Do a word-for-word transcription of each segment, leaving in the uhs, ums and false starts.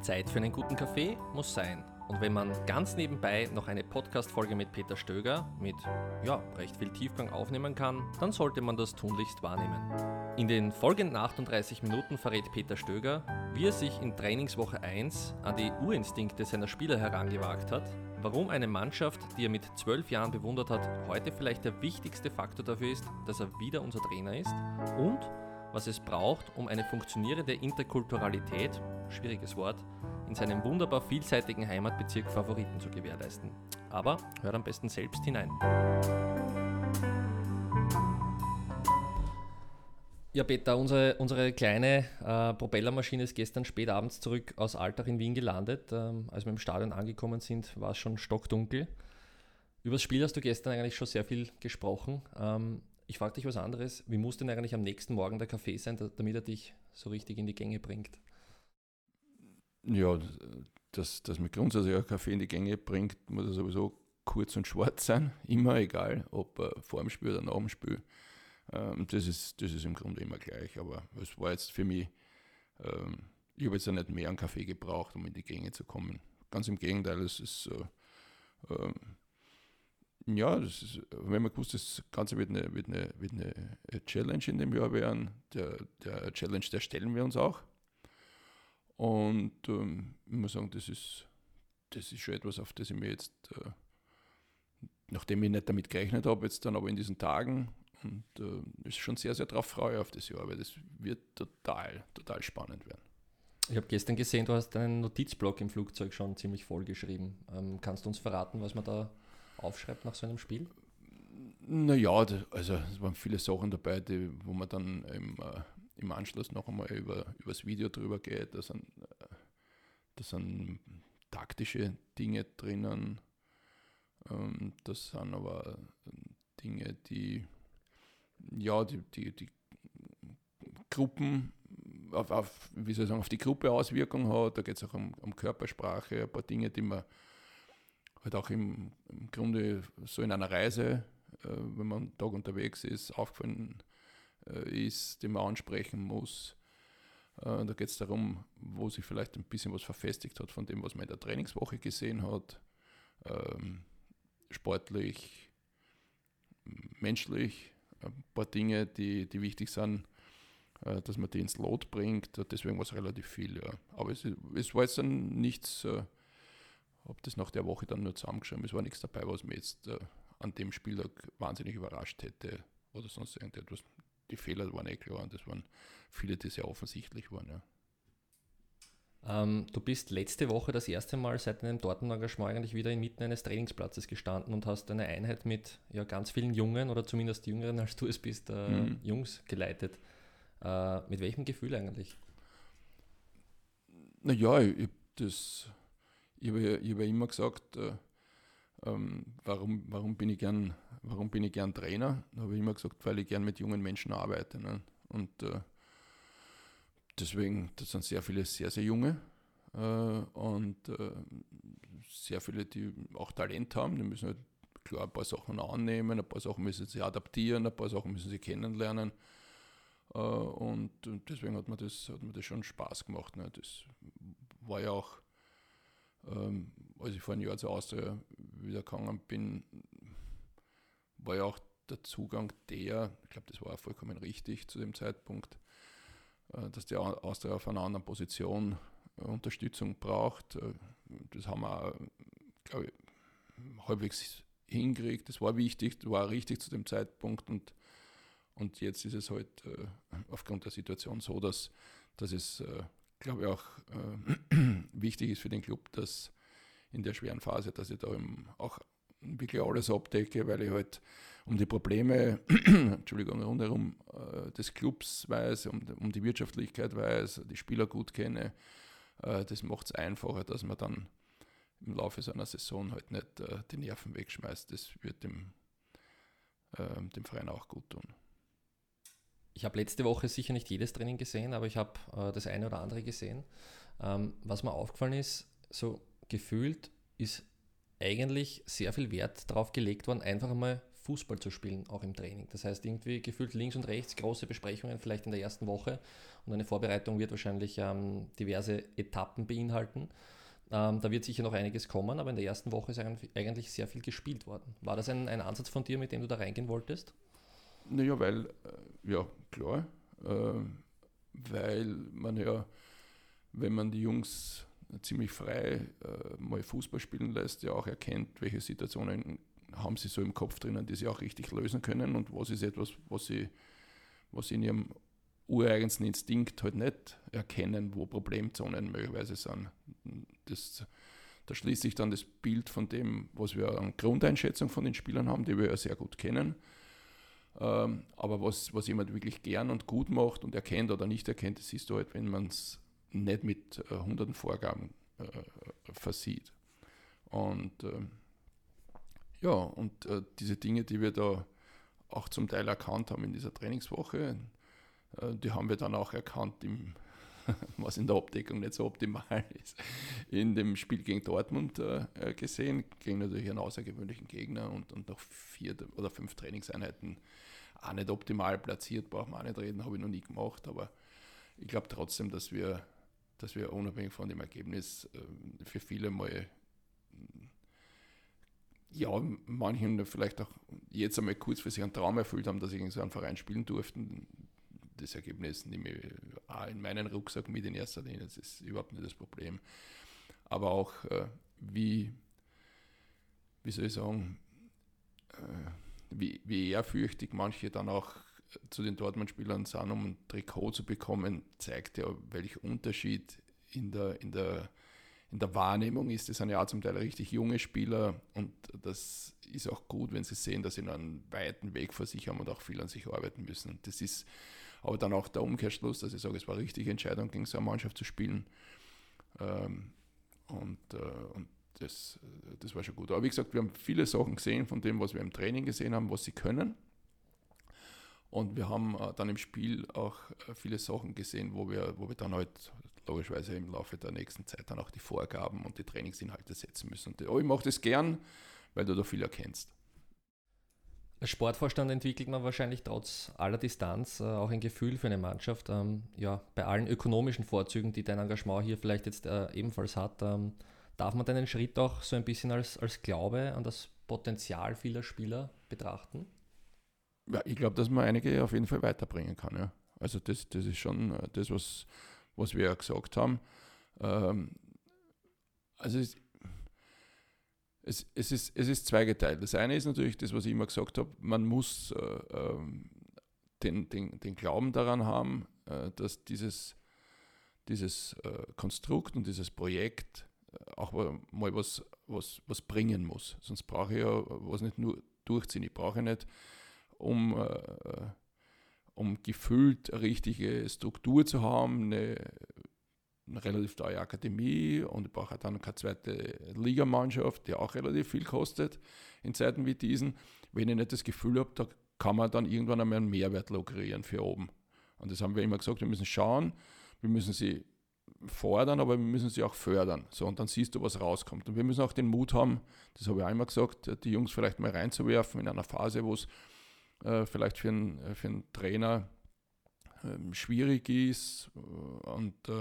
Zeit für einen guten Kaffee muss sein. Und wenn man ganz nebenbei noch eine Podcast-Folge mit Peter Stöger mit ja, recht viel Tiefgang aufnehmen kann, dann sollte man das tunlichst wahrnehmen. In den folgenden achtunddreißig Minuten verrät Peter Stöger, wie er sich in Trainingswoche eins an die Urinstinkte seiner Spieler herangewagt hat, warum eine Mannschaft, die er mit zwölf Jahren bewundert hat, heute vielleicht der wichtigste Faktor dafür ist, dass er wieder unser Trainer ist und was es braucht, um eine funktionierende Interkulturalität, schwieriges Wort, in seinem wunderbar vielseitigen Heimatbezirk Favoriten zu gewährleisten. Aber hört am besten selbst hinein. Ja, Peter, unsere, unsere kleine äh, Propellermaschine ist gestern spät abends zurück aus Altach in Wien gelandet. Ähm, als wir im Stadion angekommen sind, war es schon stockdunkel. Über das Spiel hast du gestern eigentlich schon sehr viel gesprochen. Ähm, ich frage dich was anderes. Wie muss denn eigentlich am nächsten Morgen der Kaffee sein, damit er dich so richtig in die Gänge bringt? Ja, dass, dass mir grundsätzlich ein Kaffee in die Gänge bringt, muss er sowieso kurz und schwarz sein. Immer egal, ob äh, vor dem Spiel oder nach dem Spiel. Ähm, das, ist, das ist im Grunde immer gleich. Aber es war jetzt für mich, ähm, ich habe jetzt ja nicht mehr einen Kaffee gebraucht, um in die Gänge zu kommen. Ganz im Gegenteil, es ist äh, ähm, ja, das ist, wenn man gewusst, das Ganze wird eine, wird eine, wird eine Challenge in dem Jahr werden. Der, der Challenge, der stellen wir uns auch. Und ähm, ich muss sagen, das ist, das ist schon etwas, auf das ich mir jetzt, äh, nachdem ich nicht damit gerechnet habe, jetzt dann aber in diesen Tagen und äh, ist schon sehr, sehr darauf freue auf das Jahr, weil das wird total, total spannend werden. Ich habe gestern gesehen, du hast einen Notizblock im Flugzeug schon ziemlich vollgeschrieben. Ähm, kannst du uns verraten, was man da aufschreibt nach so einem Spiel? Naja, also es waren viele Sachen dabei, die, wo man dann im, äh, im Anschluss noch einmal über, über das Video drüber geht. Da sind, äh, da sind taktische Dinge drinnen. Ähm, das sind aber Dinge, die ja, die, die, die Gruppen, auf, auf, wie soll ich sagen, auf die Gruppe Auswirkungen hat. Da geht es auch um, um Körpersprache, ein paar Dinge, die man halt auch im, im Grunde so in einer Reise, äh, wenn man einen Tag unterwegs ist, aufgefallen äh, ist, die man ansprechen muss. Äh, da geht es darum, wo sich vielleicht ein bisschen was verfestigt hat von dem, was man in der Trainingswoche gesehen hat. Ähm, sportlich, menschlich, ein paar Dinge, die, die wichtig sind, äh, dass man die ins Lot bringt. Deswegen war es relativ viel. Ja. Aber es, es war jetzt dann nichts, äh, habe das nach der Woche dann nur zusammengeschrieben. Es war nichts dabei, was mich jetzt äh, an dem Spieltag wahnsinnig überrascht hätte oder sonst irgendetwas. Die Fehler waren eh klar und das waren viele, die sehr offensichtlich waren. Ja. Ähm, du bist letzte Woche das erste Mal seit deinem Dortmund-Engagement eigentlich wieder inmitten eines Trainingsplatzes gestanden und hast eine Einheit mit ja, ganz vielen Jungen oder zumindest Jüngeren, als du es bist, äh, mhm. Jungs geleitet. Äh, mit welchem Gefühl eigentlich? Naja, ich, ich, das, ich habe ja, hab ja immer gesagt, äh, ähm, warum, warum, bin ich gern, warum bin ich gern Trainer? Da habe ich immer gesagt, weil ich gern mit jungen Menschen arbeite. Ne? Und äh, deswegen, das sind sehr viele sehr, sehr junge äh, und äh, sehr viele, die auch Talent haben. Die müssen halt klar ein paar Sachen annehmen, ein paar Sachen müssen sie adaptieren, ein paar Sachen müssen sie kennenlernen. Uh, und, und deswegen hat mir, das, hat mir das schon Spaß gemacht. Ne? Das war ja auch, ähm, als ich vor einem Jahr zur Austria wieder gegangen bin, war ja auch der Zugang der, ich glaube, das war auch vollkommen richtig zu dem Zeitpunkt, äh, dass der Austria auf einer anderen Position äh, Unterstützung braucht. Äh, das haben wir, glaube ich, halbwegs hingekriegt. Das war wichtig, das war richtig zu dem Zeitpunkt und Und jetzt ist es halt äh, aufgrund der Situation so, dass, dass es, äh, glaube ich, auch äh, wichtig ist für den Club, dass in der schweren Phase, dass ich da eben auch wirklich alles abdecke, weil ich halt um die Probleme Entschuldigung, rundherum äh, des Clubs weiß, um, um die Wirtschaftlichkeit weiß, die Spieler gut kenne. Äh, das macht es einfacher, dass man dann im Laufe so einer Saison halt nicht äh, die Nerven wegschmeißt. Das wird dem, äh, dem Verein auch gut tun. Ich habe letzte Woche sicher nicht jedes Training gesehen, aber ich habe äh, das eine oder andere gesehen. Ähm, was mir aufgefallen ist, so gefühlt ist eigentlich sehr viel Wert darauf gelegt worden, einfach einmal Fußball zu spielen, auch im Training. Das heißt, irgendwie gefühlt links und rechts große Besprechungen vielleicht in der ersten Woche und eine Vorbereitung wird wahrscheinlich ähm, diverse Etappen beinhalten. Ähm, da wird sicher noch einiges kommen, aber in der ersten Woche ist eigentlich sehr viel gespielt worden. War das ein, ein Ansatz von dir, mit dem du da reingehen wolltest? Naja, weil, äh, ja, klar, äh, weil man ja, wenn man die Jungs ziemlich frei äh, mal Fußball spielen lässt, ja auch erkennt, welche Situationen haben sie so im Kopf drinnen, die sie auch richtig lösen können und was ist etwas, was sie, was sie in ihrem ureigensten Instinkt halt nicht erkennen, wo Problemzonen möglicherweise sind. Das, da schließt sich dann das Bild von dem, was wir an Grundeinschätzung von den Spielern haben, die wir ja sehr gut kennen. Ähm, aber was, was jemand wirklich gern und gut macht und erkennt oder nicht erkennt, das siehst du halt, wenn man es nicht mit äh, hunderten Vorgaben äh, versieht. Und äh, ja, und äh, diese Dinge, die wir da auch zum Teil erkannt haben in dieser Trainingswoche, äh, die haben wir dann auch erkannt, im, was in der Abdeckung nicht so optimal ist, in dem Spiel gegen Dortmund äh, gesehen, gegen natürlich einen außergewöhnlichen Gegner und, und noch vier oder fünf Trainingseinheiten auch nicht optimal platziert, braucht man auch nicht reden, habe ich noch nie gemacht, aber ich glaube trotzdem, dass wir dass wir unabhängig von dem Ergebnis äh, für viele mal, ja, manchen vielleicht auch jetzt einmal kurzfristig einen Traum erfüllt haben, dass sie gegen so einen Verein spielen durften. Das Ergebnis nehme ich auch in meinen Rucksack mit in erster Linie, das ist überhaupt nicht das Problem. Aber auch, äh, wie, wie soll ich sagen, äh, wie, wie ehrfürchtig manche dann auch zu den Dortmund-Spielern sind, um ein Trikot zu bekommen, zeigt ja, welcher Unterschied in der, in der, in der Wahrnehmung ist. Das sind ja auch zum Teil richtig junge Spieler und das ist auch gut, wenn sie sehen, dass sie noch einen weiten Weg vor sich haben und auch viel an sich arbeiten müssen. Und das ist aber dann auch der Umkehrschluss, dass ich sage, es war eine richtige Entscheidung, gegen so eine Mannschaft zu spielen. Ähm, und äh, und das, das war schon gut. Aber wie gesagt, wir haben viele Sachen gesehen von dem, was wir im Training gesehen haben, was sie können. Und wir haben äh, dann im Spiel auch äh, viele Sachen gesehen, wo wir, wo wir dann halt logischerweise im Laufe der nächsten Zeit dann auch die Vorgaben und die Trainingsinhalte setzen müssen. Und, aber ich mache das gern, weil du da viel erkennst. Als Sportvorstand entwickelt man wahrscheinlich trotz aller Distanz äh, auch ein Gefühl für eine Mannschaft. Ähm, ja, bei allen ökonomischen Vorzügen, die dein Engagement hier vielleicht jetzt äh, ebenfalls hat, ähm, darf man deinen Schritt auch so ein bisschen als, als Glaube an das Potenzial vieler Spieler betrachten? Ja, ich glaube, dass man einige auf jeden Fall weiterbringen kann. Ja. Also das, das ist schon das, was, was wir ja gesagt haben. Ähm, also es, es, es, ist, es ist zweigeteilt. Das eine ist natürlich das, was ich immer gesagt habe, man muss äh, ähm, den, den, den Glauben daran haben, äh, dass dieses, dieses äh, Konstrukt und dieses Projekt äh, auch mal was, was, was bringen muss. Sonst brauche ich ja was nicht nur durchziehen. Ich brauche nicht um, äh, um gefühlt eine richtige Struktur zu haben, eine, eine relativ teure Akademie und ich brauche dann keine zweite Ligamannschaft, die auch relativ viel kostet in Zeiten wie diesen, wenn ich nicht das Gefühl habe, da kann man dann irgendwann einmal einen Mehrwert lukrieren für oben. Und das haben wir immer gesagt, wir müssen schauen, wir müssen sie fordern, aber wir müssen sie auch fördern. So, und dann siehst du, was rauskommt. Und wir müssen auch den Mut haben, das habe ich auch immer gesagt, die Jungs vielleicht mal reinzuwerfen in einer Phase, wo es vielleicht für einen, für einen Trainer ähm, schwierig ist. Und äh,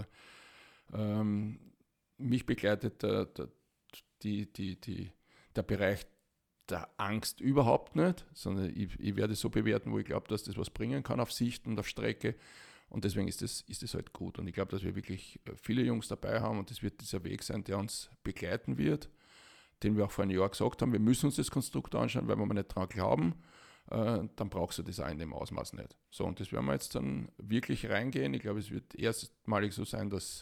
ähm, mich begleitet der, der, die, die, die, der Bereich der Angst überhaupt nicht, sondern ich, ich werde es so bewerten, wo ich glaube, dass das was bringen kann auf Sicht und auf Strecke. Und deswegen ist das, ist das halt gut. Und ich glaube, dass wir wirklich viele Jungs dabei haben und das wird dieser Weg sein, der uns begleiten wird, den wir auch vor einem Jahr gesagt haben, wir müssen uns das Konstrukt anschauen, weil wir nicht dran glauben. Dann brauchst du das auch in dem Ausmaß nicht. So, und das werden wir jetzt dann wirklich reingehen. Ich glaube, es wird erstmalig so sein, dass,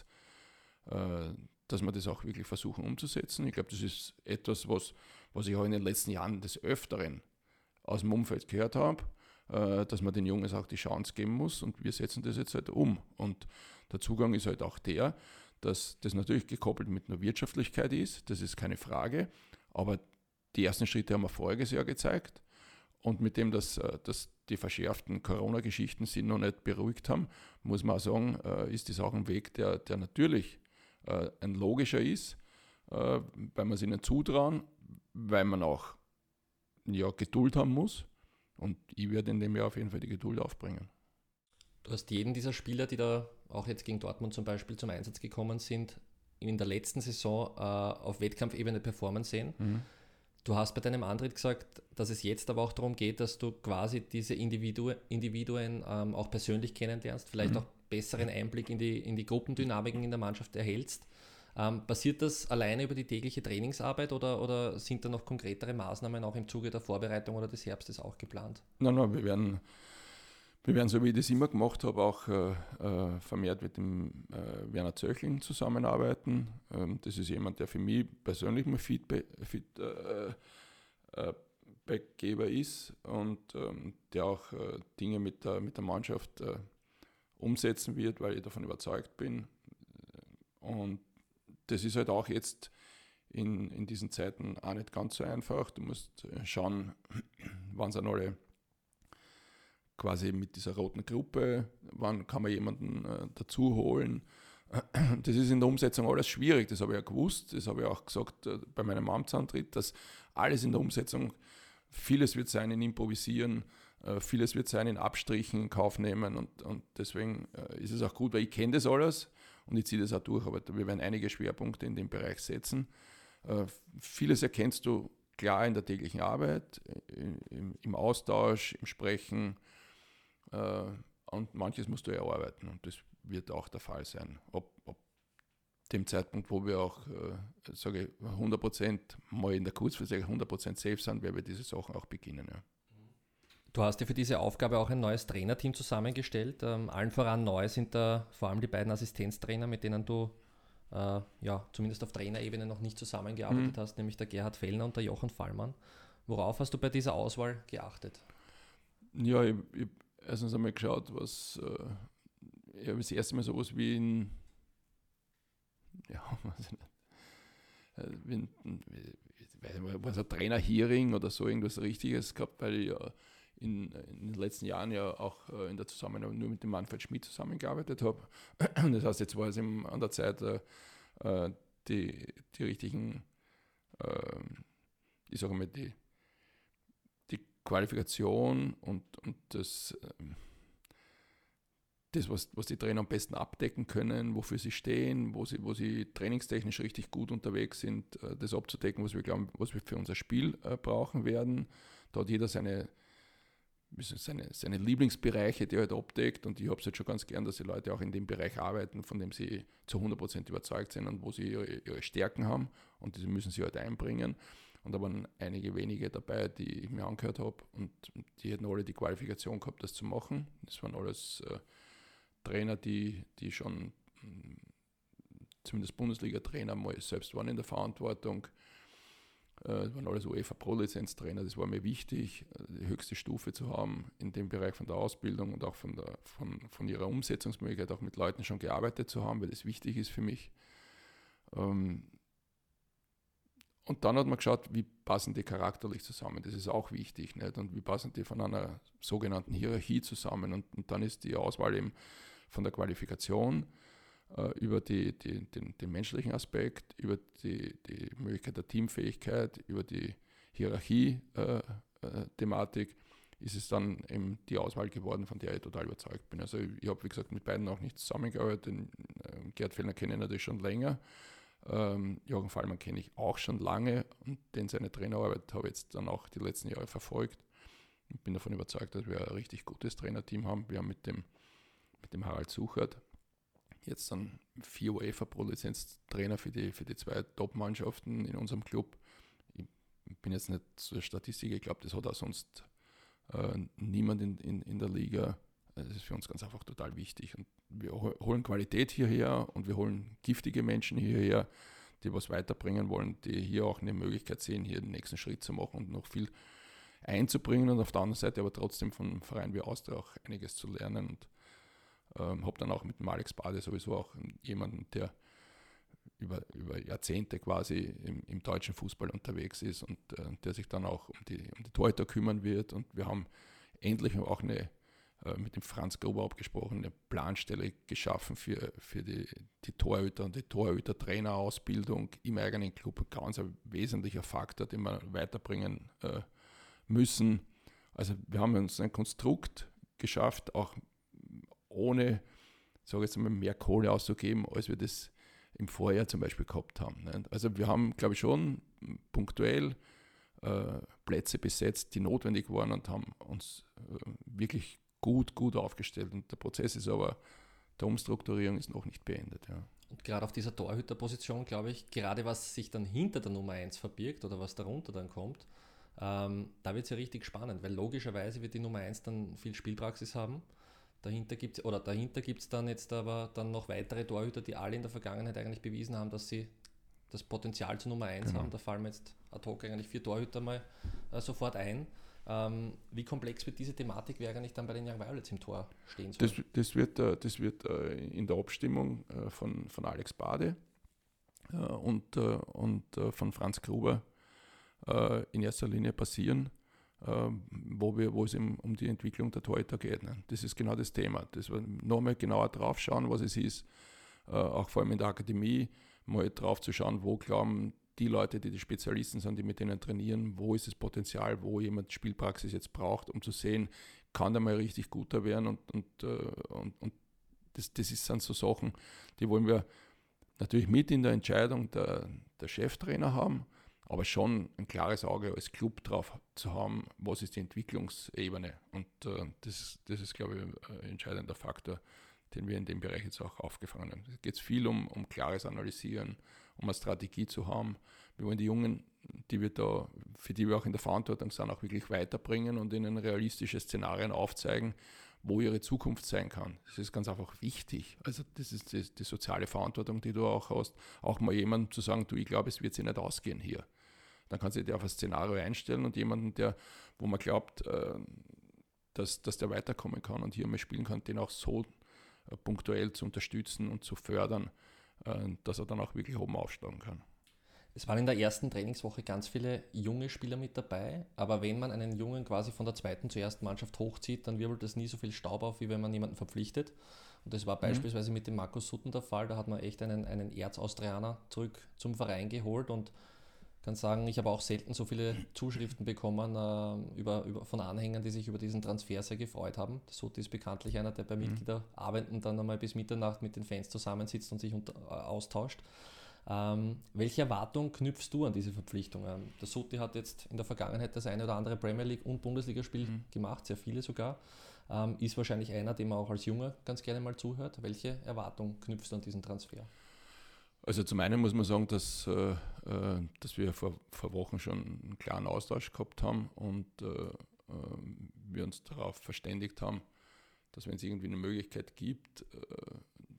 äh, dass wir das auch wirklich versuchen umzusetzen. Ich glaube, das ist etwas, was, was ich auch in den letzten Jahren des Öfteren aus dem Umfeld gehört habe, äh, dass man den Jungs auch die Chance geben muss und wir setzen das jetzt halt um. Und der Zugang ist halt auch der, dass das natürlich gekoppelt mit einer Wirtschaftlichkeit ist, das ist keine Frage, aber die ersten Schritte haben wir voriges Jahr gezeigt. Und mit dem, dass, dass die verschärften Corona-Geschichten sich noch nicht beruhigt haben, muss man auch sagen, ist das auch ein Weg, der, der natürlich ein logischer ist, weil man es ihnen zutrauen, weil man auch ja, Geduld haben muss. Und ich werde in dem Jahr auf jeden Fall die Geduld aufbringen. Du hast jeden dieser Spieler, die da auch jetzt gegen Dortmund zum Beispiel zum Einsatz gekommen sind, in der letzten Saison äh, auf Wettkampfebene performen sehen. Mhm. Du hast bei deinem Antritt gesagt, dass es jetzt aber auch darum geht, dass du quasi diese Individu- Individuen ähm, auch persönlich kennenlernst, vielleicht mhm. auch besseren Einblick in die, in die Gruppendynamiken in der Mannschaft erhältst. Ähm, passiert das alleine über die tägliche Trainingsarbeit oder, oder sind da noch konkretere Maßnahmen auch im Zuge der Vorbereitung oder des Herbstes auch geplant? Nein, nein, wir werden, wir werden, so wie ich das immer gemacht habe, auch äh, vermehrt mit dem äh, Werner Zöchling zusammenarbeiten. Ähm, das ist jemand, der für mich persönlich mein Feedback, Feedbackgeber äh, äh, ist und ähm, der auch äh, Dinge mit der, mit der Mannschaft äh, umsetzen wird, weil ich davon überzeugt bin. Und das ist halt auch jetzt in, in diesen Zeiten auch nicht ganz so einfach. Du musst schauen, wann sind alle quasi mit dieser roten Gruppe, wann kann man jemanden äh, dazu holen. Das ist in der Umsetzung alles schwierig, das habe ich ja gewusst, das habe ich auch gesagt äh, bei meinem Amtsantritt, dass alles in der Umsetzung, vieles wird sein in Improvisieren, äh, vieles wird sein in Abstrichen in Kauf nehmen und, und deswegen äh, ist es auch gut, weil ich kenne das alles. Und ich ziehe das auch durch, aber wir werden einige Schwerpunkte in dem Bereich setzen. Äh, vieles erkennst du klar in der täglichen Arbeit, im, im Austausch, im Sprechen äh, und manches musst du erarbeiten und das wird auch der Fall sein. Ab, ab dem Zeitpunkt, wo wir auch, äh, sage ich, hundert Prozent mal in der Kurzfristigkeit hundert Prozent safe sind, werden wir diese Sachen auch beginnen. Ja. Du hast dir für diese Aufgabe auch ein neues Trainerteam zusammengestellt. Ähm, allen voran neu sind da vor allem die beiden Assistenztrainer, mit denen du äh, ja, zumindest auf Trainerebene noch nicht zusammengearbeitet mhm. hast, nämlich der Gerhard Fellner und der Jochen Fallmann. Worauf hast du bei dieser Auswahl geachtet? Ja, ich, ich habe erstens einmal geschaut, was äh, ich habe das erste Mal sowas wie ein ja, weiß ich nicht, wie ein, wie, was ein Trainer-Hearing oder so irgendwas Richtiges gehabt, weil ich ja In, in den letzten Jahren ja auch äh, in der Zusammenarbeit nur mit dem Manfred Schmidt zusammengearbeitet habe. Das heißt, jetzt war es eben an der Zeit, äh, die, die richtigen, äh, ich sage mal, die, die Qualifikation und, und das, äh, das was, was die Trainer am besten abdecken können, wofür sie stehen, wo sie, wo sie trainingstechnisch richtig gut unterwegs sind, äh, das abzudecken, was wir glauben, was wir für unser Spiel äh, brauchen werden. Da hat jeder seine Seine, seine Lieblingsbereiche, die er halt abdeckt und ich habe es halt schon ganz gern, dass die Leute auch in dem Bereich arbeiten, von dem sie zu hundert Prozent überzeugt sind und wo sie ihre, ihre Stärken haben und diese müssen sie halt einbringen und da waren einige wenige dabei, die ich mir angehört habe und die hätten alle die Qualifikation gehabt, das zu machen. Das waren alles äh, Trainer, die, die schon mh, zumindest Bundesliga-Trainer mal selbst waren in der Verantwortung. Das waren alles UEFA Pro-Lizenz-Trainer, das war mir wichtig, die höchste Stufe zu haben in dem Bereich von der Ausbildung und auch von, der, von, von ihrer Umsetzungsmöglichkeit, auch mit Leuten schon gearbeitet zu haben, weil das wichtig ist für mich. Und dann hat man geschaut, wie passen die charakterlich zusammen, das ist auch wichtig, nicht? Und wie passen die von einer sogenannten Hierarchie zusammen und, und dann ist die Auswahl eben von der Qualifikation über die, die, den, den menschlichen Aspekt, über die, die Möglichkeit der Teamfähigkeit, über die Hierarchie-Thematik, äh, äh, ist es dann eben die Auswahl geworden, von der ich total überzeugt bin. Also ich, ich habe, wie gesagt, mit beiden auch nicht zusammengearbeitet. Den, äh, Gerhard Fellner kenne ich natürlich schon länger. Ähm, Jochen Fallmann kenne ich auch schon lange und den seine Trainerarbeit habe ich jetzt dann auch die letzten Jahre verfolgt. Ich bin davon überzeugt, dass wir ein richtig gutes Trainerteam haben. Wir haben mit dem, mit dem Harald Suchert jetzt dann vier UEFA Pro-Lizenz-Trainer für die, für die zwei Top-Mannschaften in unserem Club. Ich bin jetzt nicht so Statistik, ich glaube, das hat auch sonst äh, niemand in, in, in der Liga. Das ist für uns ganz einfach total wichtig. Und wir holen Qualität hierher und wir holen giftige Menschen hierher, die was weiterbringen wollen, die hier auch eine Möglichkeit sehen, hier den nächsten Schritt zu machen und noch viel einzubringen und auf der anderen Seite aber trotzdem von Verein wie Austria auch einiges zu lernen. Und Ähm, habe dann auch mit dem Alex Bade sowieso auch jemanden, der über, über Jahrzehnte quasi im, im deutschen Fußball unterwegs ist und äh, der sich dann auch um die, um die Torhüter kümmern wird. Und wir haben endlich auch eine, äh, mit dem Franz Gruber abgesprochen, eine Planstelle geschaffen für, für die, die Torhüter und die Torhüter-Trainerausbildung im eigenen Club. Ein ganz ein wesentlicher Faktor, den wir weiterbringen äh, müssen. Also wir haben uns ein Konstrukt geschafft, auch ohne, sage jetzt mal, mehr Kohle auszugeben, als wir das im Vorjahr zum Beispiel gehabt haben. Nicht? Also wir haben, glaube ich, schon punktuell äh, Plätze besetzt, die notwendig waren und haben uns äh, wirklich gut, gut aufgestellt. Und der Prozess ist aber, der Umstrukturierung ist noch nicht beendet. Ja. Und gerade auf dieser Torhüterposition, glaube ich, gerade was sich dann hinter der Nummer eins verbirgt oder was darunter dann kommt, ähm, da wird es ja richtig spannend, weil logischerweise wird die Nummer eins dann viel Spielpraxis haben. Dahinter gibt es oder dahinter gibt es dann jetzt aber dann noch weitere Torhüter, die alle in der Vergangenheit eigentlich bewiesen haben, dass sie das Potenzial zur Nummer eins genau. haben. Da fallen mir jetzt ad hoc eigentlich vier Torhüter mal äh, sofort ein. Ähm, wie komplex wird diese Thematik, wer eigentlich dann bei den Young Violets im Tor stehen soll? Das, das wird, äh, das wird äh, in der Abstimmung äh, von, von Alex Bade äh, und, äh, und äh, von Franz Gruber äh, in erster Linie passieren, äh, wo, wir, wo es eben um die Entwicklung der Torhüter geht. Ne? Das ist genau das Thema. Das wir nochmal genauer drauf schauen, was es ist, äh, auch vor allem in der Akademie, mal drauf zu schauen, wo glauben die Leute, die die Spezialisten sind, die mit denen trainieren, wo ist das Potenzial, wo jemand Spielpraxis jetzt braucht, um zu sehen, kann der mal richtig guter werden und, und, und, und das, das sind so Sachen, die wollen wir natürlich mit in der Entscheidung der, der Cheftrainer haben, aber schon ein klares Auge als Club drauf zu haben, was ist die Entwicklungsebene und äh, das, das ist, glaube ich, ein entscheidender Faktor, den wir in dem Bereich jetzt auch aufgefangen haben. Es geht viel um, um klares Analysieren, um eine Strategie zu haben. Wir wollen die Jungen, die wir da, für die wir auch in der Verantwortung sind, auch wirklich weiterbringen und ihnen realistische Szenarien aufzeigen, wo ihre Zukunft sein kann. Das ist ganz einfach wichtig. Also das ist die, die soziale Verantwortung, die du auch hast, auch mal jemandem zu sagen, du, ich glaube, es wird sich nicht ausgehen hier. Dann kannst du dich auf ein Szenario einstellen und jemanden, der, wo man glaubt, äh, dass, dass der weiterkommen kann und hier mal spielen kann, den auch so äh, punktuell zu unterstützen und zu fördern, äh, dass er dann auch wirklich oben aufsteigen kann. Es waren in der ersten Trainingswoche ganz viele junge Spieler mit dabei, aber wenn man einen Jungen quasi von der zweiten zur ersten Mannschaft hochzieht, dann wirbelt das nie so viel Staub auf, wie wenn man jemanden verpflichtet. Und das war mhm. beispielsweise mit dem Markus Sutten der Fall, da hat man echt einen, einen Erzaustrianer zurück zum Verein geholt und kann sagen, ich habe auch selten so viele Zuschriften bekommen äh, über, über, von Anhängern, die sich über diesen Transfer sehr gefreut haben. Der Sutti ist bekanntlich einer, der bei mhm. Mitgliederarbeiten dann einmal bis Mitternacht mit den Fans zusammensitzt und sich unter, äh, austauscht. Ähm, welche Erwartung knüpfst du an diese Verpflichtung? Ähm, der Sutti hat jetzt in der Vergangenheit das eine oder andere Premier League und Bundesligaspiel mhm. gemacht, sehr viele sogar. Ähm, ist wahrscheinlich einer, dem man auch als Junge ganz gerne mal zuhört. Welche Erwartung knüpfst du an diesen Transfer? Also zum einen muss man sagen, dass, äh, dass wir vor, vor Wochen schon einen klaren Austausch gehabt haben und äh, äh, wir uns darauf verständigt haben, dass wenn es irgendwie eine Möglichkeit gibt, äh,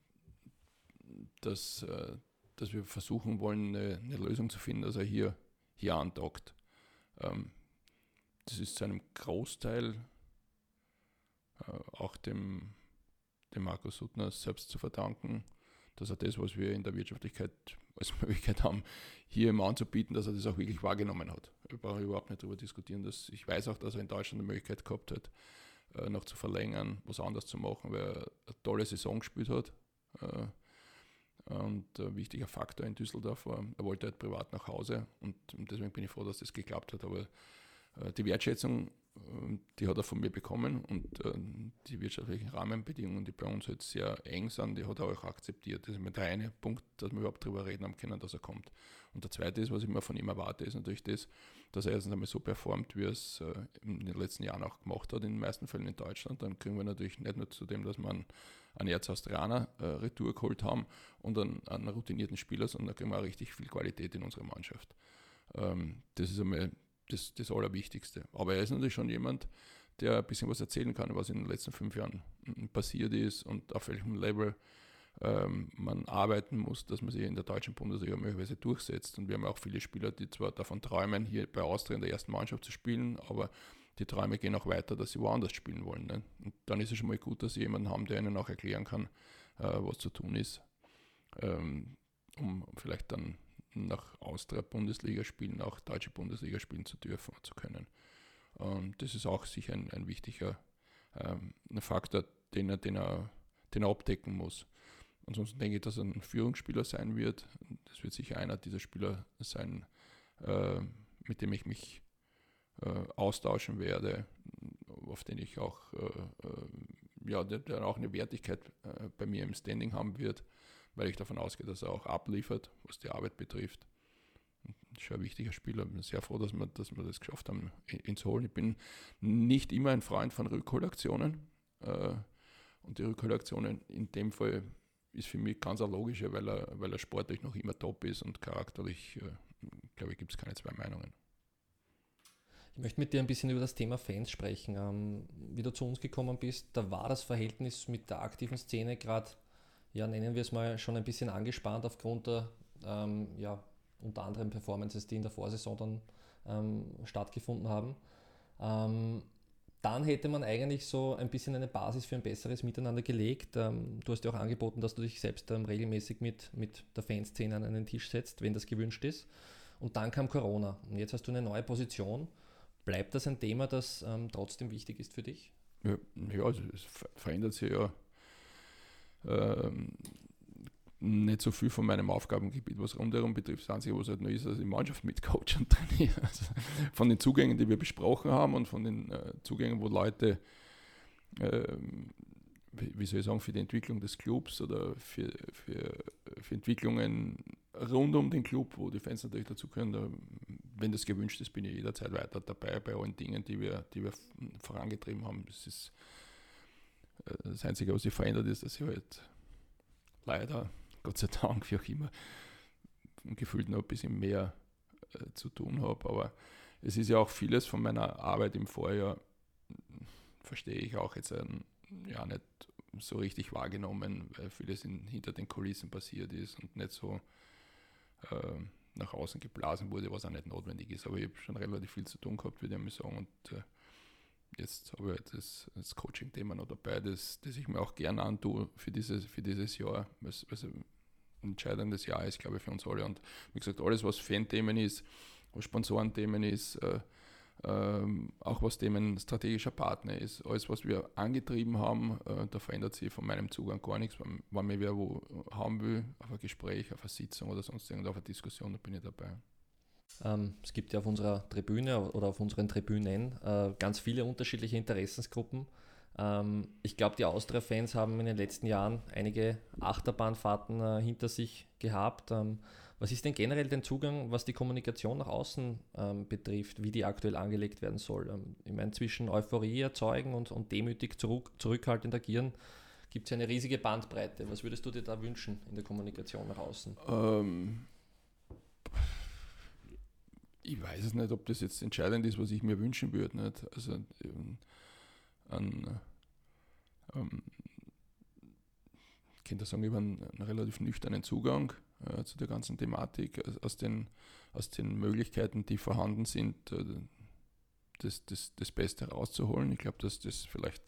dass, äh, dass wir versuchen wollen, eine, eine Lösung zu finden, dass er hier, hier andockt. Ähm, das ist zu einem Großteil äh, auch dem, dem Markus Suttner selbst zu verdanken, dass er das, was wir in der Wirtschaftlichkeit als Möglichkeit haben, hier ihm anzubieten, dass er das auch wirklich wahrgenommen hat. Wir brauchen überhaupt nicht darüber diskutieren. Dass ich weiß auch, dass er in Deutschland eine Möglichkeit gehabt hat, äh, noch zu verlängern, was anders zu machen, weil er eine tolle Saison gespielt hat. Äh, und ein wichtiger Faktor in Düsseldorf war, er wollte halt privat nach Hause und deswegen bin ich froh, dass das geklappt hat. Aber äh, die Wertschätzung, äh, die hat er von mir bekommen und äh, die wirtschaftlichen Rahmenbedingungen, die bei uns jetzt sehr eng sind, die hat er auch akzeptiert. Das ist der eine Punkt, dass wir überhaupt darüber reden haben können, dass er kommt. Und der zweite ist, was ich mir von ihm erwarte, ist natürlich das, dass er erstens einmal so performt, wie er es äh, in den letzten Jahren auch gemacht hat, in den meisten Fällen in Deutschland. Dann kriegen wir natürlich nicht nur zu dem, dass man einen Erzaustrianer äh, Retour geholt haben und einen, einen routinierten Spieler, sondern da kriegen wir auch richtig viel Qualität in unserer Mannschaft. Ähm, das ist einmal das, das Allerwichtigste. Aber er ist natürlich schon jemand, der ein bisschen was erzählen kann, was in den letzten fünf Jahren passiert ist und auf welchem Level ähm, man arbeiten muss, dass man sich in der deutschen Bundesliga möglicherweise durchsetzt. Und wir haben auch viele Spieler, die zwar davon träumen, hier bei Austria in der ersten Mannschaft zu spielen, aber die Träume gehen auch weiter, dass sie woanders spielen wollen. Ne? Und dann ist es schon mal gut, dass sie jemanden haben, der ihnen auch erklären kann, äh, was zu tun ist, ähm, um vielleicht dann nach Austria-Bundesliga spielen, auch deutsche Bundesliga spielen zu dürfen und zu können. Und das ist auch sicher ein, ein wichtiger ähm, ein Faktor, den er, den, er, den er abdecken muss. Ansonsten denke ich, dass er ein Führungsspieler sein wird. Das wird sicher einer dieser Spieler sein, äh, mit dem ich mich äh, austauschen werde, auf den ich auch, äh, äh, ja, der, der auch eine Wertigkeit äh, bei mir im Standing haben wird, weil ich davon ausgehe, dass er auch abliefert, was die Arbeit betrifft. Das ist schon ein wichtiger Spieler. Ich bin sehr froh, dass wir, dass wir das geschafft haben, ihn zu holen. Ich bin nicht immer ein Freund von Rückholaktionen. Äh, und die Rückholaktionen in dem Fall ist für mich ganz eine logische, weil er, weil er sportlich noch immer top ist und charakterlich, äh, glaube ich, gibt es keine zwei Meinungen. Ich möchte mit dir ein bisschen über das Thema Fans sprechen. Ähm, wie du zu uns gekommen bist, da war das Verhältnis mit der aktiven Szene gerade, ja, nennen wir es mal, schon ein bisschen angespannt aufgrund der, ähm, ja, unter anderem Performances, die in der Vorsaison dann ähm, stattgefunden haben. Ähm, dann hätte man eigentlich so ein bisschen eine Basis für ein besseres Miteinander gelegt. Ähm, du hast ja auch angeboten, dass du dich selbst ähm, regelmäßig mit, mit der Fanszene an einen Tisch setzt, wenn das gewünscht ist. Und dann kam Corona. Und jetzt hast du eine neue Position. Bleibt das ein Thema, das ähm, trotzdem wichtig ist für dich? Ja, ja, also es verändert sich ja ähm, nicht so viel von meinem Aufgabengebiet, was rundherum betrifft. Das Einzige, was halt noch ist, dass ich die Mannschaft mitcoache und trainiere. Also von den Zugängen, die wir besprochen haben und von den äh, Zugängen, wo Leute, äh, wie, wie soll ich sagen, für die Entwicklung des Clubs oder für, für, für Entwicklungen rund um den Club, wo die Fans natürlich dazu können, da, wenn das gewünscht ist, bin ich jederzeit weiter dabei bei allen Dingen, die wir, die wir vorangetrieben haben. Das ist äh, das Einzige, was sich verändert, ist, dass ich halt leider, Gott sei Dank, wie auch immer, gefühlt noch ein bisschen mehr äh, zu tun habe. Aber es ist ja auch vieles von meiner Arbeit im Vorjahr, verstehe ich auch jetzt ähm, ja nicht so richtig wahrgenommen, weil vieles in, hinter den Kulissen passiert ist und nicht so äh, nach außen geblasen wurde, was auch nicht notwendig ist. Aber ich habe schon relativ viel zu tun gehabt, würde ich mal sagen. Und äh, jetzt habe ich das, das Coaching-Thema noch dabei, das, das ich mir auch gerne antue für dieses, für dieses Jahr, was, was ein entscheidendes Jahr ist, glaube ich, für uns alle. Und wie gesagt, alles, was Fan-Themen ist, was Sponsorenthemen ist, äh, ähm, auch was Themen strategischer Partner ist, alles, was wir angetrieben haben, äh, da verändert sich von meinem Zugang gar nichts. Wenn, wenn mir wer wo haben will, auf ein Gespräch, auf eine Sitzung oder sonst irgendwo, auf eine Diskussion, da bin ich dabei. Ähm, es gibt ja auf unserer Tribüne oder auf unseren Tribünen äh, ganz viele unterschiedliche Interessensgruppen. Ähm, ich glaube, die Austria-Fans haben in den letzten Jahren einige Achterbahnfahrten äh, hinter sich gehabt. Ähm, was ist denn generell dein Zugang, was die Kommunikation nach außen ähm, betrifft, wie die aktuell angelegt werden soll? Ähm, ich meine, zwischen Euphorie erzeugen und, und demütig zurück, zurückhaltend agieren gibt es ja eine riesige Bandbreite. Was würdest du dir da wünschen in der Kommunikation nach außen? Ähm, ich weiß es nicht, ob das jetzt entscheidend ist, was ich mir wünschen würde. Nicht? Also ähm, an, ähm, ich könnte sagen, über einen, einen relativ nüchternen Zugang äh, zu der ganzen Thematik, aus, aus, den, aus den Möglichkeiten, die vorhanden sind, äh, das, das, das Beste rauszuholen. Ich glaube, dass das vielleicht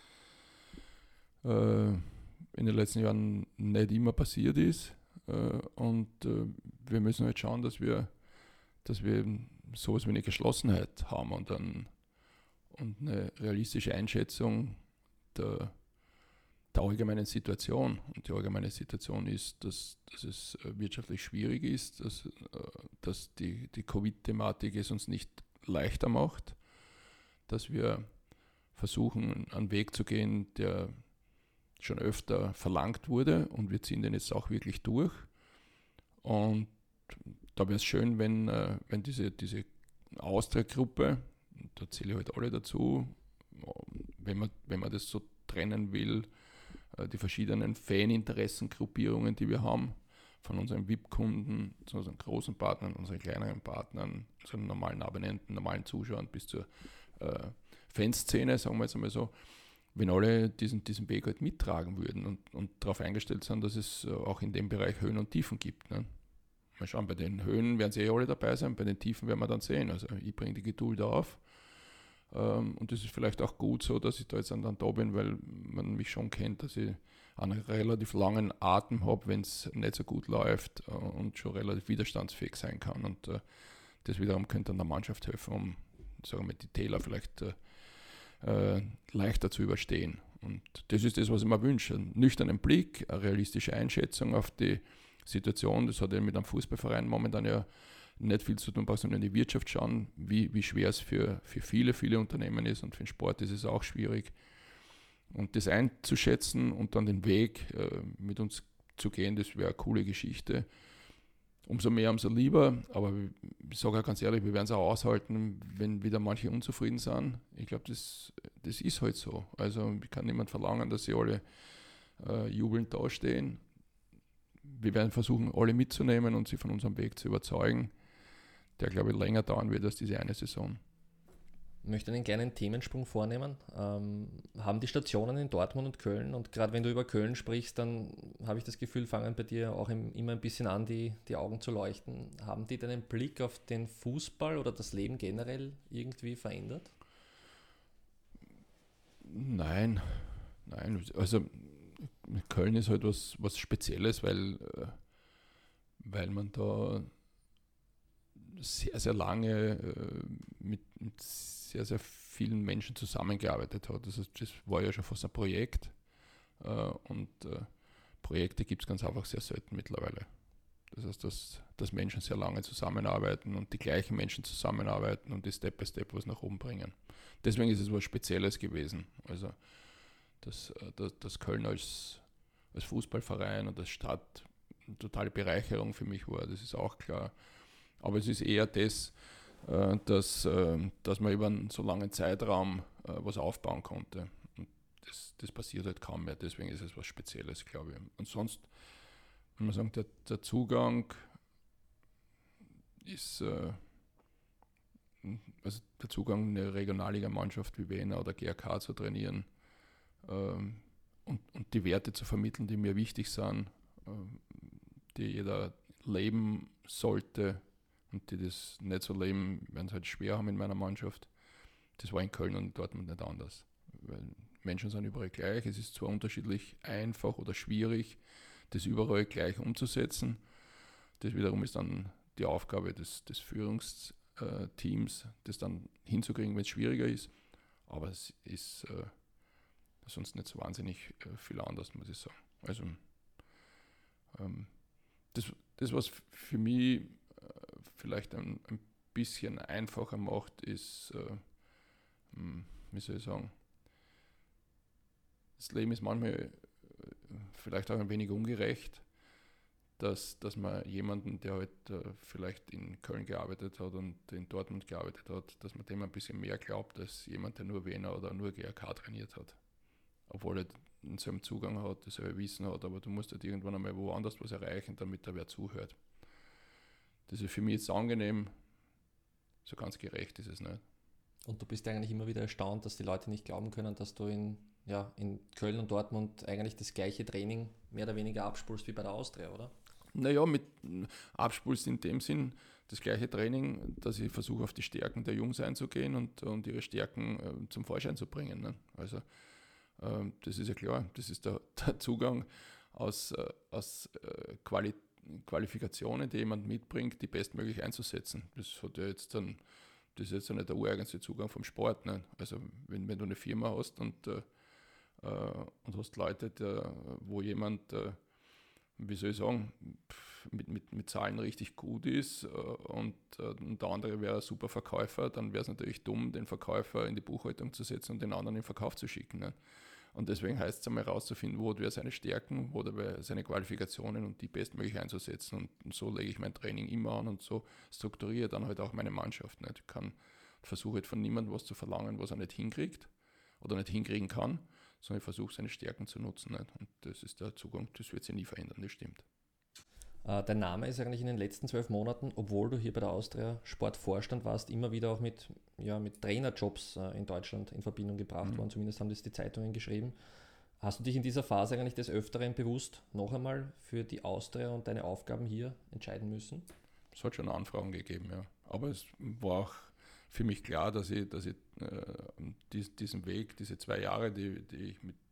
äh, in den letzten Jahren nicht immer passiert ist. Äh, und äh, wir müssen halt schauen, dass wir, dass wir sowas wie eine Geschlossenheit haben und, dann, und eine realistische Einschätzung der, der allgemeinen Situation. Und die allgemeine Situation ist, dass, dass es wirtschaftlich schwierig ist, dass, dass die, die Covid-Thematik es uns nicht leichter macht, dass wir versuchen, einen Weg zu gehen, der schon öfter verlangt wurde, und wir ziehen den jetzt auch wirklich durch. Und da wäre es schön, wenn, wenn diese, diese Austria-Gruppe, da zähle ich halt alle dazu, wenn man, wenn man das so trennen will, die verschiedenen Faninteressengruppierungen, die wir haben, von unseren V I P-Kunden zu unseren großen Partnern, unseren kleineren Partnern, unseren normalen Abonnenten, normalen Zuschauern bis zur äh, Fanszene, sagen wir jetzt einmal so, wenn alle diesen, diesen Weg halt mittragen würden und, und darauf eingestellt sind, dass es auch in dem Bereich Höhen und Tiefen gibt. Ne? Mal schauen, bei den Höhen werden sie eh alle dabei sein, bei den Tiefen werden wir dann sehen. Also ich bringe die Geduld auf. Und das ist vielleicht auch gut so, dass ich da jetzt dann da bin, weil man mich schon kennt, dass ich einen relativ langen Atem habe, wenn es nicht so gut läuft, und schon relativ widerstandsfähig sein kann. Und das wiederum könnte dann der Mannschaft helfen, um, sagen wir, die Täler vielleicht äh, leichter zu überstehen. Und das ist das, was ich mir wünsche. Einen nüchternen Blick, eine realistische Einschätzung auf die Situation. Das hat ja mit einem Fußballverein momentan ja nicht viel zu tun braucht, sondern in die Wirtschaft schauen, wie, wie schwer es für, für viele, viele Unternehmen ist, und für den Sport ist es auch schwierig. Und das einzuschätzen und dann den Weg äh, mit uns zu gehen, das wäre eine coole Geschichte. Umso mehr, umso lieber, aber ich sage auch ganz ehrlich, wir werden es auch aushalten, wenn wieder manche unzufrieden sind. Ich glaube, das, das ist halt so. Also ich kann niemand verlangen, dass sie alle äh, jubelnd dastehen. Wir werden versuchen, alle mitzunehmen und sie von unserem Weg zu überzeugen, der, glaube ich, länger dauern wird als diese eine Saison. Ich möchte einen kleinen Themensprung vornehmen. Ähm, haben die Stationen in Dortmund und Köln, und gerade wenn du über Köln sprichst, dann habe ich das Gefühl, fangen bei dir auch im, immer ein bisschen an, die, die Augen zu leuchten. Haben die deinen Blick auf den Fußball oder das Leben generell irgendwie verändert? Nein, nein. Also Köln ist halt was, was Spezielles, weil, äh, weil man da sehr, sehr lange äh, mit, mit sehr, sehr vielen Menschen zusammengearbeitet hat. Also das war ja schon fast ein Projekt, äh, und äh, Projekte gibt es ganz einfach sehr selten mittlerweile. Das heißt, dass, dass Menschen sehr lange zusammenarbeiten und die gleichen Menschen zusammenarbeiten und die Step by Step was nach oben bringen. Deswegen ist es was Spezielles gewesen. Also dass, dass, dass Köln als, als Fußballverein und als Stadt eine totale Bereicherung für mich war, das ist auch klar. Aber es ist eher das, dass, dass man über einen so langen Zeitraum was aufbauen konnte. Und das, das passiert halt kaum mehr, deswegen ist es was Spezielles, glaube ich. Und sonst, wenn man sagt, der, der Zugang ist, also der Zugang, eine Regionalliga-Mannschaft wie Wiener oder G R K zu trainieren, und, und die Werte zu vermitteln, die mir wichtig sind, die jeder leben sollte, und die das nicht so leben, werden es halt schwer haben in meiner Mannschaft. Das war in Köln und in Dortmund nicht anders. Weil Menschen sind überall gleich. Es ist zwar unterschiedlich einfach oder schwierig, das überall gleich umzusetzen. Das wiederum ist dann die Aufgabe des, des Führungsteams, das dann hinzukriegen, wenn es schwieriger ist. Aber es ist äh, sonst nicht so wahnsinnig äh, viel anders, muss ich sagen. Also ähm, das, das, was für mich vielleicht ein, ein bisschen einfacher macht, ist, äh, wie soll ich sagen, das Leben ist manchmal äh, vielleicht auch ein wenig ungerecht, dass, dass man jemanden, der halt äh, vielleicht in Köln gearbeitet hat und in Dortmund gearbeitet hat, dass man dem ein bisschen mehr glaubt, als jemand, der nur Wiener oder nur G R K trainiert hat. Obwohl er denselben Zugang hat, dasselbe Wissen hat, aber du musst halt irgendwann einmal woanders was erreichen, damit da wer zuhört. Das ist für mich jetzt angenehm, so ganz gerecht ist es nicht. Und du bist eigentlich immer wieder erstaunt, dass die Leute nicht glauben können, dass du in, ja, in Köln und Dortmund eigentlich das gleiche Training mehr oder weniger abspulst wie bei der Austria, oder? Naja, mit abspulst in dem Sinn das gleiche Training, dass ich versuche, auf die Stärken der Jungs einzugehen und, und ihre Stärken äh, zum Vorschein zu bringen. Ne? Also äh, das ist ja klar, das ist der, der Zugang aus, äh, aus äh, Qualität, Qualifikationen, die jemand mitbringt, die bestmöglich einzusetzen. Das hat ja jetzt dann, das ist jetzt ja nicht der ureigenste Zugang vom Sport. Ne? Also wenn, wenn du eine Firma hast und, äh, und hast Leute, der, wo jemand, äh, wie soll ich sagen, mit, mit, mit Zahlen richtig gut ist äh, und, äh, und der andere wäre ein super Verkäufer, dann wäre es natürlich dumm, den Verkäufer in die Buchhaltung zu setzen und den anderen in den Verkauf zu schicken. Ne? Und deswegen heißt es einmal herauszufinden, wo hat wer seine Stärken, wo hat wer seine Qualifikationen und die bestmöglich einzusetzen. Und, und so lege ich mein Training immer an und so strukturiere dann halt auch meine Mannschaft. Nicht? Ich kann, versuche halt von niemandem was zu verlangen, was er nicht hinkriegt oder nicht hinkriegen kann, sondern ich versuche seine Stärken zu nutzen. Nicht? Und das ist der Zugang, das wird sich nie verändern, das stimmt. Äh, dein Name ist eigentlich in den letzten zwölf Monaten, obwohl du hier bei der Austria Sportvorstand warst, immer wieder auch mit, ja, mit Trainerjobs äh, in Deutschland in Verbindung gebracht mhm. worden. Zumindest haben das die Zeitungen geschrieben. Hast du dich in dieser Phase eigentlich des Öfteren bewusst noch einmal für die Austria und deine Aufgaben hier entscheiden müssen? Es hat schon Anfragen gegeben, ja. Aber es war auch für mich klar, dass ich, dass ich äh, dies, diesen Weg, diese zwei Jahre, die, die ich mit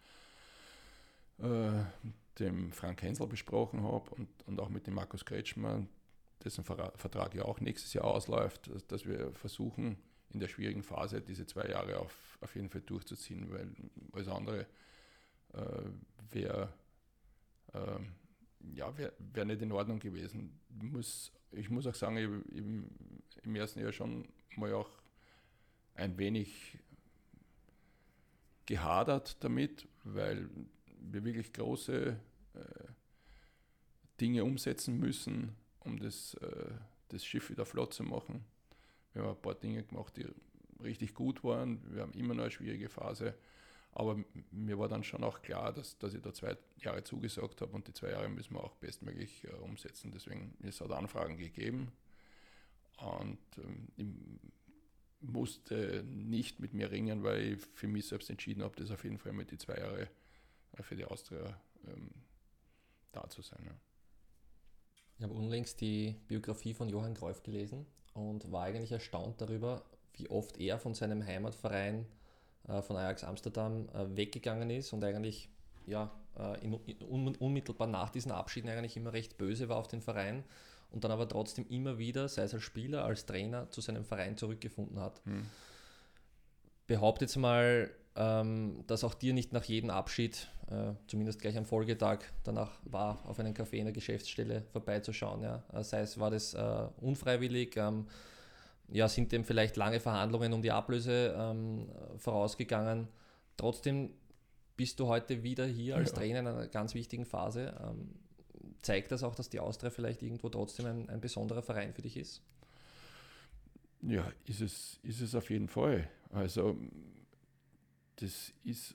äh, dem Frank Hensel besprochen habe und, und auch mit dem Markus Kretschmer, dessen Vertrag ja auch nächstes Jahr ausläuft, dass, dass wir versuchen, in der schwierigen Phase diese zwei Jahre auf, auf jeden Fall durchzuziehen, weil alles andere äh, wäre äh, ja, wär, wär nicht in Ordnung gewesen. Ich muss ich muss auch sagen, ich, im, im ersten Jahr schon mal auch ein wenig gehadert damit, weil wir wirklich große äh, Dinge umsetzen müssen, um das, äh, das Schiff wieder flott zu machen. Wir haben ein paar Dinge gemacht, die richtig gut waren. Wir haben immer noch eine schwierige Phase. Aber mir war dann schon auch klar, dass, dass ich da zwei Jahre zugesagt habe und die zwei Jahre müssen wir auch bestmöglich äh, umsetzen. Deswegen es hat Anfragen gegeben und ähm, ich musste nicht mit mir ringen, weil ich für mich selbst entschieden habe, das auf jeden Fall mit die zwei Jahre äh, für die Austria ähm, da zu sein. Ja. Ich habe unlängst die Biografie von Johann Cruyff gelesen und war eigentlich erstaunt darüber, wie oft er von seinem Heimatverein äh, von Ajax Amsterdam äh, weggegangen ist und eigentlich ja, äh, in, in, unmittelbar nach diesen Abschieden eigentlich immer recht böse war auf den Verein und dann aber trotzdem immer wieder, sei es als Spieler, als Trainer, zu seinem Verein zurückgefunden hat. Hm. Behauptet jetzt mal, ähm, dass auch dir nicht nach jedem Abschied, äh, zumindest gleich am Folgetag, danach war, auf einen Café in der Geschäftsstelle vorbeizuschauen. Ja? Sei es, war das äh, unfreiwillig, ähm, ja, sind dem vielleicht lange Verhandlungen um die Ablöse ähm, vorausgegangen. Trotzdem bist du heute wieder hier als ja. Trainer in einer ganz wichtigen Phase. Ähm, zeigt das auch, dass die Austria vielleicht irgendwo trotzdem ein, ein besonderer Verein für dich ist? Ja, ist es, ist es auf jeden Fall. Also das ist,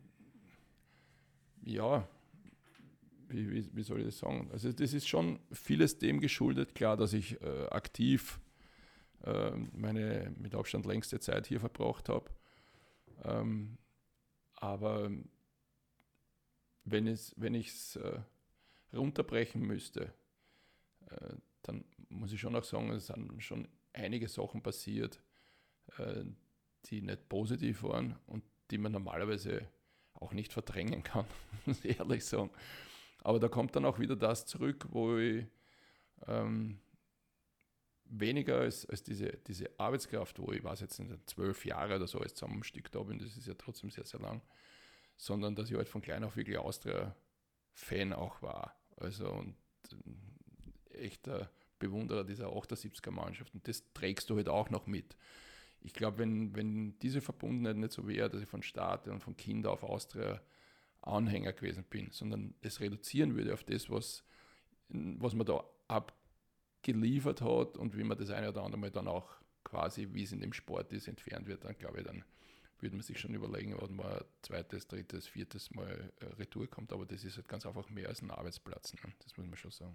ja, wie, wie, wie soll ich das sagen? Also das ist schon vieles dem geschuldet. Klar, dass ich äh, aktiv äh, meine mit Abstand längste Zeit hier verbracht habe. Ähm, aber wenn es, wenn ich es äh, runterbrechen müsste, äh, dann muss ich schon auch sagen, es sind schon einige Sachen passiert, äh, die nicht positiv waren und die man normalerweise auch nicht verdrängen kann, muss ich ehrlich sagen. Aber da kommt dann auch wieder das zurück, wo ich ähm, weniger als, als diese, diese Arbeitskraft, wo ich weiß jetzt nicht, zwölf Jahre oder so als Zusammenstück da bin, das ist ja trotzdem sehr, sehr lang, sondern dass ich halt von klein auf wirklich Austria-Fan auch war. Also und äh, echter Bewunderer dieser achtundsiebziger-Mannschaft und das trägst du halt auch noch mit. Ich glaube, wenn, wenn diese Verbundenheit nicht so wäre, dass ich von Start und von Kind auf Austria Anhänger gewesen bin, sondern es reduzieren würde auf das, was, was man da abgeliefert hat und wie man das eine oder andere Mal dann auch quasi, wie es in dem Sport ist, entfernt wird, dann glaube ich, dann würde man sich schon überlegen, ob man ein zweites, drittes, viertes Mal äh, Retour kommt, aber das ist halt ganz einfach mehr als ein Arbeitsplatz, ne? Das muss man schon sagen.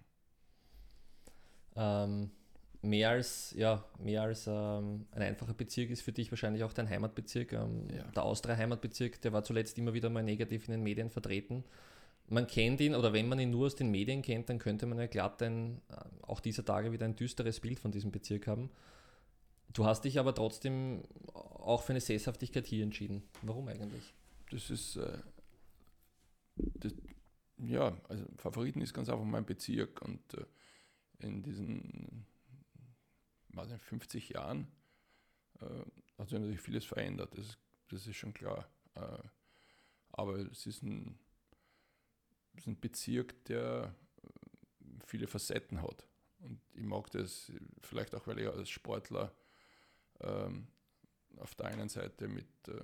Ähm, mehr als, ja, mehr als ähm, ein einfacher Bezirk ist für dich wahrscheinlich auch dein Heimatbezirk. Ähm, ja. Der Austria-Heimatbezirk, der war zuletzt immer wieder mal negativ in den Medien vertreten. Man kennt ihn, oder wenn man ihn nur aus den Medien kennt, dann könnte man ja glatt ein, auch dieser Tage wieder ein düsteres Bild von diesem Bezirk haben. Du hast dich aber trotzdem auch für eine Sesshaftigkeit hier entschieden. Warum eigentlich? Das ist, äh, das, ja, also Favoriten ist ganz einfach mein Bezirk und äh, in diesen weiß nicht, fünfzig Jahren äh, hat sich natürlich vieles verändert, das, das ist schon klar. Äh, aber es ist ein, es ist ein Bezirk, der viele Facetten hat. Und ich mag das vielleicht auch, weil ich als Sportler ähm, auf der einen Seite mit äh,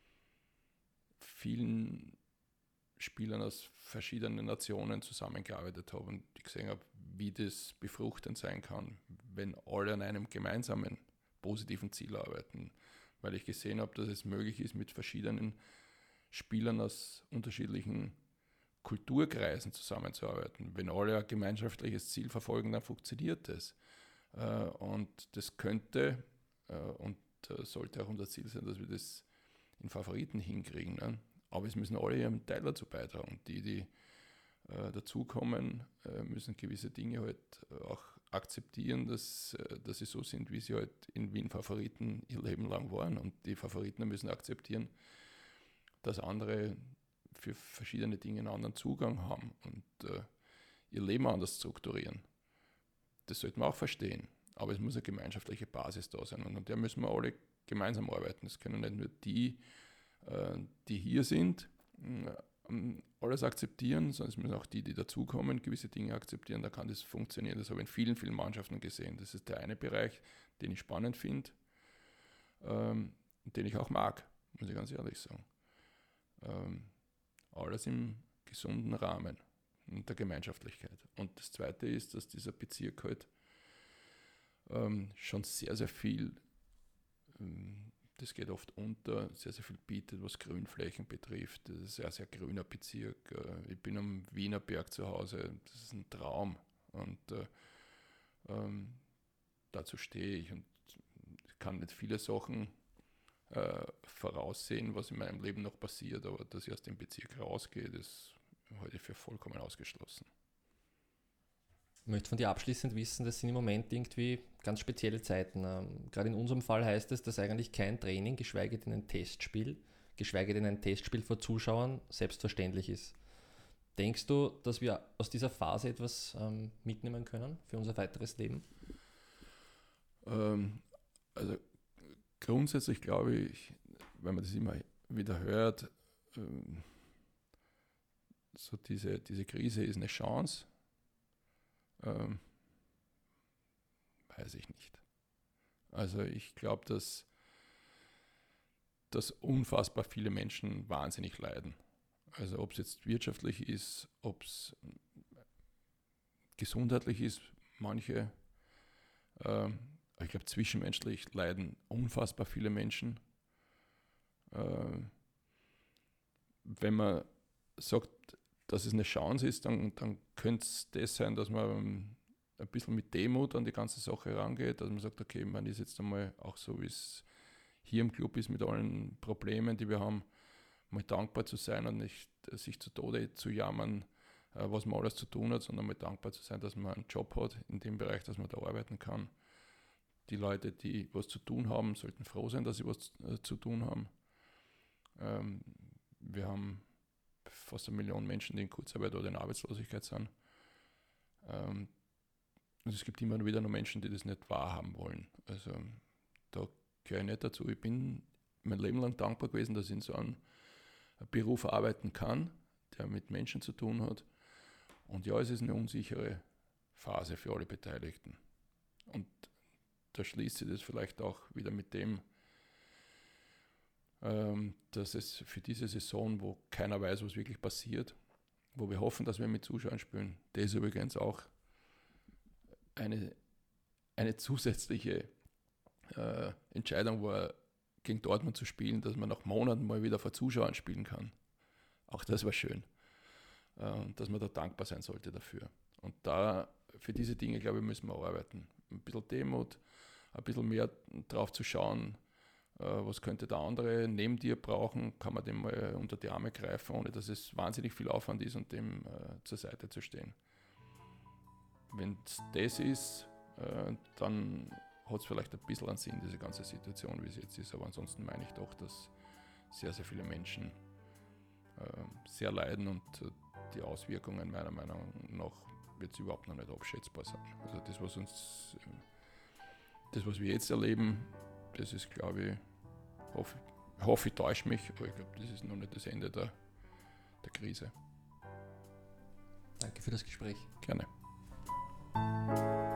vielen Spielern aus verschiedenen Nationen zusammengearbeitet habe und ich gesehen habe, wie das befruchtend sein kann, wenn alle an einem gemeinsamen positiven Ziel arbeiten. Weil ich gesehen habe, dass es möglich ist, mit verschiedenen Spielern aus unterschiedlichen Kulturkreisen zusammenzuarbeiten. Wenn alle ein gemeinschaftliches Ziel verfolgen, dann funktioniert das. Und das könnte und sollte auch unser Ziel sein, dass wir das in Favoriten hinkriegen. Ne? Aber es müssen alle ihren Teil dazu beitragen. Die, die äh, dazukommen, äh, müssen gewisse Dinge halt auch akzeptieren, dass, äh, dass sie so sind, wie sie halt in Wien Favoriten ihr Leben lang waren. Und die Favoriten müssen akzeptieren, dass andere für verschiedene Dinge einen anderen Zugang haben und äh, ihr Leben anders strukturieren. Das sollte man auch verstehen. Aber es muss eine gemeinschaftliche Basis da sein. Und an der müssen wir alle gemeinsam arbeiten. Das können nicht nur die, die hier sind, ähm, alles akzeptieren, sondern es müssen auch die, die dazukommen, gewisse Dinge akzeptieren, da kann das funktionieren. Das habe ich in vielen, vielen Mannschaften gesehen. Das ist der eine Bereich, den ich spannend finde, ähm, den ich auch mag, muss ich ganz ehrlich sagen. Ähm, alles im gesunden Rahmen und der Gemeinschaftlichkeit. Und das Zweite ist, dass dieser Bezirk halt ähm, schon sehr, sehr viel, ähm, das geht oft unter, sehr, sehr viel bietet, was Grünflächen betrifft. Das ist ein sehr, sehr grüner Bezirk. Ich bin am Wiener Berg zu Hause, das ist ein Traum. Und äh, ähm, dazu stehe ich und ich kann nicht viele Sachen äh, voraussehen, was in meinem Leben noch passiert, aber dass ich aus dem Bezirk rausgehe, das halte ich für vollkommen ausgeschlossen. Ich möchte von dir abschließend wissen, das sind im Moment irgendwie ganz spezielle Zeiten. Ähm, gerade in unserem Fall heißt es, dass eigentlich kein Training, geschweige denn ein Testspiel, geschweige denn ein Testspiel vor Zuschauern selbstverständlich ist. Denkst du, dass wir aus dieser Phase etwas ähm, mitnehmen können für unser weiteres Leben? Ähm, also grundsätzlich glaube ich, wenn man das immer wieder hört, ähm, so diese, diese Krise ist eine Chance. Ähm, weiß ich nicht. Also ich glaube, dass, dass unfassbar viele Menschen wahnsinnig leiden. Also ob es jetzt wirtschaftlich ist, ob es gesundheitlich ist, manche. Ähm, ich glaube, zwischenmenschlich leiden unfassbar viele Menschen. Ähm, wenn man sagt, dass es eine Chance ist, dann, dann könnte es das sein, dass man ein bisschen mit Demut an die ganze Sache rangeht, dass man sagt, okay, man ist jetzt einmal auch so, wie es hier im Club ist, mit allen Problemen, die wir haben, mal dankbar zu sein und nicht sich zu Tode zu jammern, was man alles zu tun hat, sondern mal dankbar zu sein, dass man einen Job hat in dem Bereich, dass man da arbeiten kann. Die Leute, die was zu tun haben, sollten froh sein, dass sie was zu tun haben. Ähm, wir haben fast eine Million Menschen, die in Kurzarbeit oder in Arbeitslosigkeit sind. Ähm, und es gibt immer wieder noch Menschen, die das nicht wahrhaben wollen. Also da gehöre ich nicht dazu. Ich bin mein Leben lang dankbar gewesen, dass ich in so einem Beruf arbeiten kann, der mit Menschen zu tun hat. Und ja, es ist eine unsichere Phase für alle Beteiligten. Und da schließt sich das vielleicht auch wieder mit dem, ähm, dass es für diese Saison, wo keiner weiß, was wirklich passiert, wo wir hoffen, dass wir mit Zuschauern spielen, das ist übrigens auch eine, eine zusätzliche äh, Entscheidung war, gegen Dortmund zu spielen, dass man nach Monaten mal wieder vor Zuschauern spielen kann. Auch das war schön. Äh, dass man da dankbar sein sollte dafür. Und da, für diese Dinge, glaube ich, müssen wir arbeiten. Ein bisschen Demut, ein bisschen mehr drauf zu schauen, äh, was könnte der andere neben dir brauchen, kann man dem mal unter die Arme greifen, ohne dass es wahnsinnig viel Aufwand ist und dem äh, zur Seite zu stehen. Wenn es das ist, äh, dann hat es vielleicht ein bisschen einen Sinn, diese ganze Situation, wie es jetzt ist. Aber ansonsten meine ich doch, dass sehr, sehr viele Menschen äh, sehr leiden und äh, die Auswirkungen meiner Meinung nach jetzt überhaupt noch nicht abschätzbar sind. Also das, was uns, äh, das, was wir jetzt erleben, das ist, glaube ich, hoffe, hoffe ich täusche mich, aber ich glaube, das ist noch nicht das Ende der, der Krise. Danke für das Gespräch. Gerne.